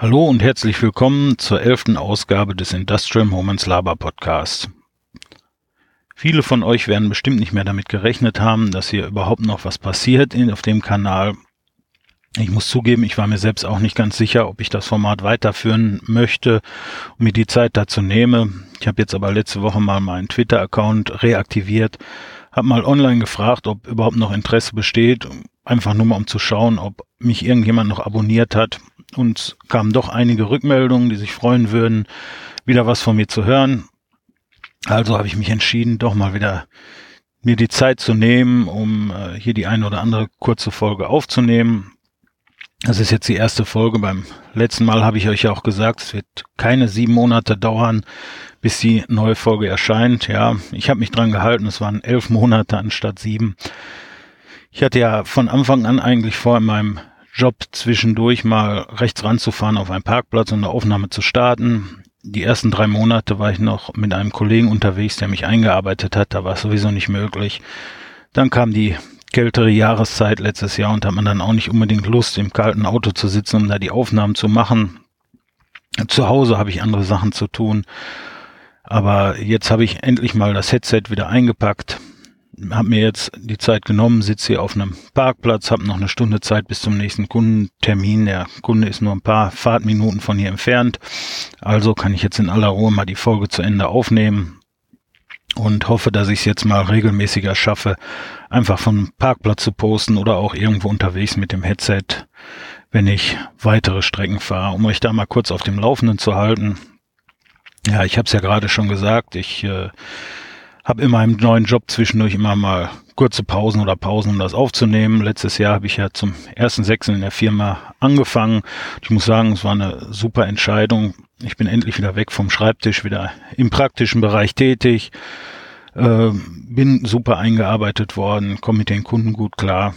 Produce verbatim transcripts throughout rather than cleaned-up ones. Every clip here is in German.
Hallo und herzlich willkommen zur elften Ausgabe des Industrial Moments Laber Podcasts. Viele von euch werden bestimmt nicht mehr damit gerechnet haben, dass hier überhaupt noch was passiert in, auf dem Kanal. Ich muss zugeben, ich war mir selbst auch nicht ganz sicher, ob ich das Format weiterführen möchte und mir die Zeit dazu nehme. Ich habe jetzt aber letzte Woche mal meinen Twitter-Account reaktiviert, habe mal online gefragt, ob überhaupt noch Interesse besteht, einfach nur mal um zu schauen, ob mich irgendjemand noch abonniert hat. Und kamen doch einige Rückmeldungen, die sich freuen würden, wieder was von mir zu hören. Also habe ich mich entschieden, doch mal wieder mir die Zeit zu nehmen, um äh, hier die eine oder andere kurze Folge aufzunehmen. Das ist jetzt die erste Folge. Beim letzten Mal habe ich euch ja auch gesagt, es wird keine sieben Monate dauern, bis die neue Folge erscheint. Ja, ich habe mich dran gehalten, es waren elf Monate anstatt sieben. Ich hatte ja von Anfang an eigentlich vor, in meinem Job zwischendurch mal rechts ranzufahren auf einen Parkplatz und eine Aufnahme zu starten. Die ersten drei Monate war ich noch mit einem Kollegen unterwegs, der mich eingearbeitet hat. Da war es sowieso nicht möglich. Dann kam die kältere Jahreszeit letztes Jahr und hat man dann auch nicht unbedingt Lust, im kalten Auto zu sitzen, um da die Aufnahmen zu machen. Zu Hause habe ich andere Sachen zu tun. Aber jetzt habe ich endlich mal das Headset wieder eingepackt. Habe mir jetzt die Zeit genommen, sitze hier auf einem Parkplatz, habe noch eine Stunde Zeit bis zum nächsten Kundentermin. Der Kunde ist nur ein paar Fahrtminuten von hier entfernt. Also kann ich jetzt in aller Ruhe mal die Folge zu Ende aufnehmen und hoffe, dass ich es jetzt mal regelmäßiger schaffe, einfach vom Parkplatz zu posten oder auch irgendwo unterwegs mit dem Headset, wenn ich weitere Strecken fahre, um euch da mal kurz auf dem Laufenden zu halten. Ja, ich habe es ja gerade schon gesagt, ich äh, habe in meinem neuen Job zwischendurch immer mal kurze Pausen oder Pausen, um das aufzunehmen. Letztes Jahr habe ich ja zum ersten sechsten in der Firma angefangen. Ich muss sagen, es war eine super Entscheidung. Ich bin endlich wieder weg vom Schreibtisch, wieder im praktischen Bereich tätig. Äh, bin super eingearbeitet worden, komme mit den Kunden gut klar.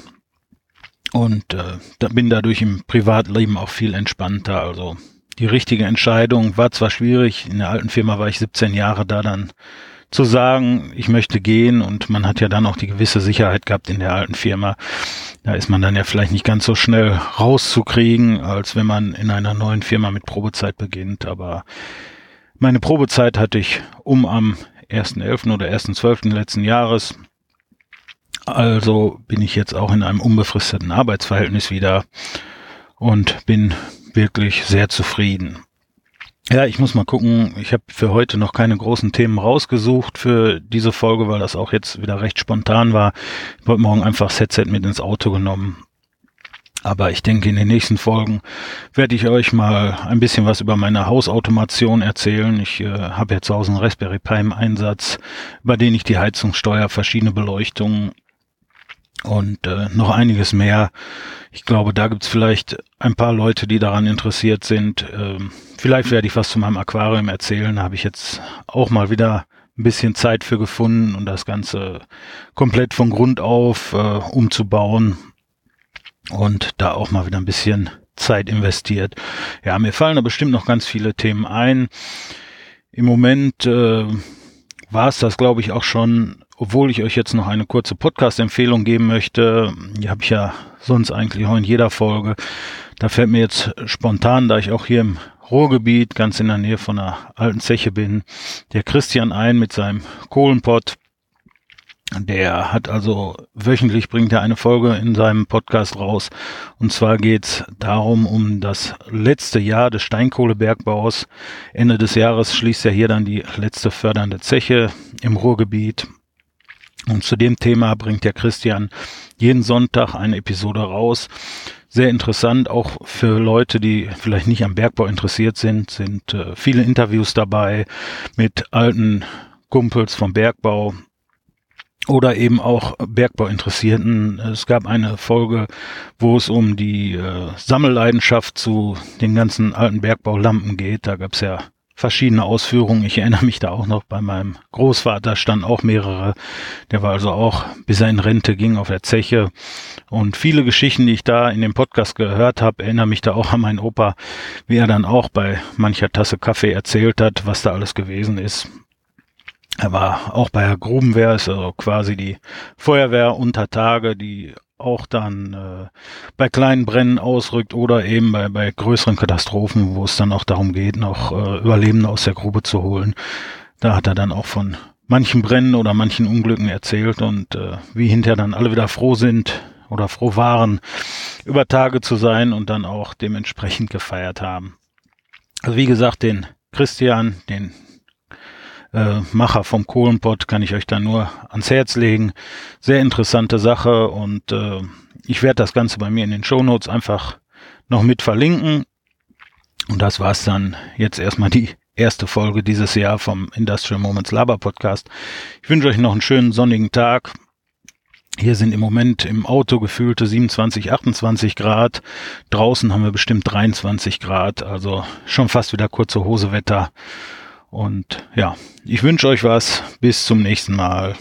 Und äh, da bin dadurch im Privatleben auch viel entspannter. Also die richtige Entscheidung war zwar schwierig. In der alten Firma war ich siebzehn Jahre da, dann zu sagen, ich möchte gehen, und man hat ja dann auch die gewisse Sicherheit gehabt in der alten Firma. Da ist man dann ja vielleicht nicht ganz so schnell rauszukriegen, als wenn man in einer neuen Firma mit Probezeit beginnt. Aber meine Probezeit hatte ich um am ersten elften oder ersten zwölften letzten Jahres. Also bin ich jetzt auch in einem unbefristeten Arbeitsverhältnis wieder und bin wirklich sehr zufrieden. Ja, ich muss mal gucken, ich habe für heute noch keine großen Themen rausgesucht für diese Folge, weil das auch jetzt wieder recht spontan war. Ich wollte morgen einfach das Headset mit ins Auto genommen. Aber ich denke, in den nächsten Folgen werde ich euch mal ein bisschen was über meine Hausautomation erzählen. Ich äh, habe ja zu Hause einen Raspberry Pi im Einsatz, über den ich die Heizung steuere, verschiedene Beleuchtungen und äh, noch einiges mehr. Ich glaube, da gibt's vielleicht ein paar Leute, die daran interessiert sind. Ähm, vielleicht werde ich was zu meinem Aquarium erzählen. Da habe ich jetzt auch mal wieder ein bisschen Zeit für gefunden und das Ganze komplett von Grund auf äh, umzubauen und da auch mal wieder ein bisschen Zeit investiert. Ja, mir fallen da bestimmt noch ganz viele Themen ein. Im Moment äh, war es das, glaube ich, auch schon, obwohl ich euch jetzt noch eine kurze Podcast-Empfehlung geben möchte. Die habe ich ja sonst eigentlich auch in jeder Folge. Da fällt mir jetzt spontan, da ich auch hier im Ruhrgebiet, ganz in der Nähe von einer alten Zeche bin, der Christian ein mit seinem Kohlenpott. Der hat also wöchentlich, bringt er eine Folge in seinem Podcast raus. Und zwar geht's darum, um das letzte Jahr des Steinkohlebergbaus. Ende des Jahres schließt ja hier dann die letzte fördernde Zeche im Ruhrgebiet. Und zu dem Thema bringt der Christian jeden Sonntag eine Episode raus. Sehr interessant, auch für Leute, die vielleicht nicht am Bergbau interessiert sind, sind äh, viele Interviews dabei mit alten Kumpels vom Bergbau oder eben auch Bergbauinteressierten. Es gab eine Folge, wo es um die äh, Sammelleidenschaft zu den ganzen alten Bergbaulampen geht. Da gab es ja verschiedene Ausführungen. Ich erinnere mich da auch noch, bei meinem Großvater standen auch mehrere. Der war also auch, bis er in Rente ging, auf der Zeche. Und viele Geschichten, die ich da in dem Podcast gehört habe, erinnere mich da auch an meinen Opa, wie er dann auch bei mancher Tasse Kaffee erzählt hat, was da alles gewesen ist. Er war auch bei der Grubenwehr, ist also quasi die Feuerwehr unter Tage, die auch dann äh, bei kleinen Brennen ausrückt oder eben bei, bei größeren Katastrophen, wo es dann auch darum geht, noch äh, Überlebende aus der Grube zu holen. Da hat er dann auch von manchen Brennen oder manchen Unglücken erzählt und äh, wie hinterher dann alle wieder froh sind oder froh waren, über Tage zu sein und dann auch dementsprechend gefeiert haben. Also wie gesagt, den Christian, den äh, Macher vom Kohlenpott, kann ich euch da nur ans Herz legen. Sehr interessante Sache und äh, ich werde das Ganze bei mir in den Shownotes einfach noch mit verlinken. Und das war's dann jetzt erstmal die erste Folge dieses Jahr vom Industrial Moments Laber Podcast. Ich wünsche euch noch einen schönen sonnigen Tag. Hier sind im Moment im Auto gefühlte siebenundzwanzig, achtundzwanzig Grad. Draußen haben wir bestimmt dreiundzwanzig Grad, also schon fast wieder kurze Hose Wetter. Und ja, ich wünsche euch was. Bis zum nächsten Mal.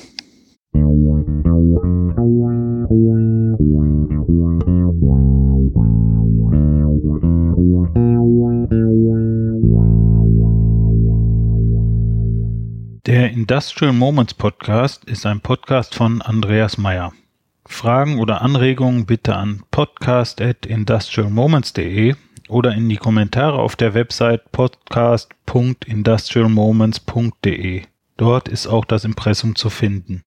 Der Industrial Moments Podcast ist ein Podcast von Andreas Meyer. Fragen oder Anregungen bitte an podcast at industrial moments punkt de oder in die Kommentare auf der Website podcast punkt industrial moments punkt de. Dort ist auch das Impressum zu finden.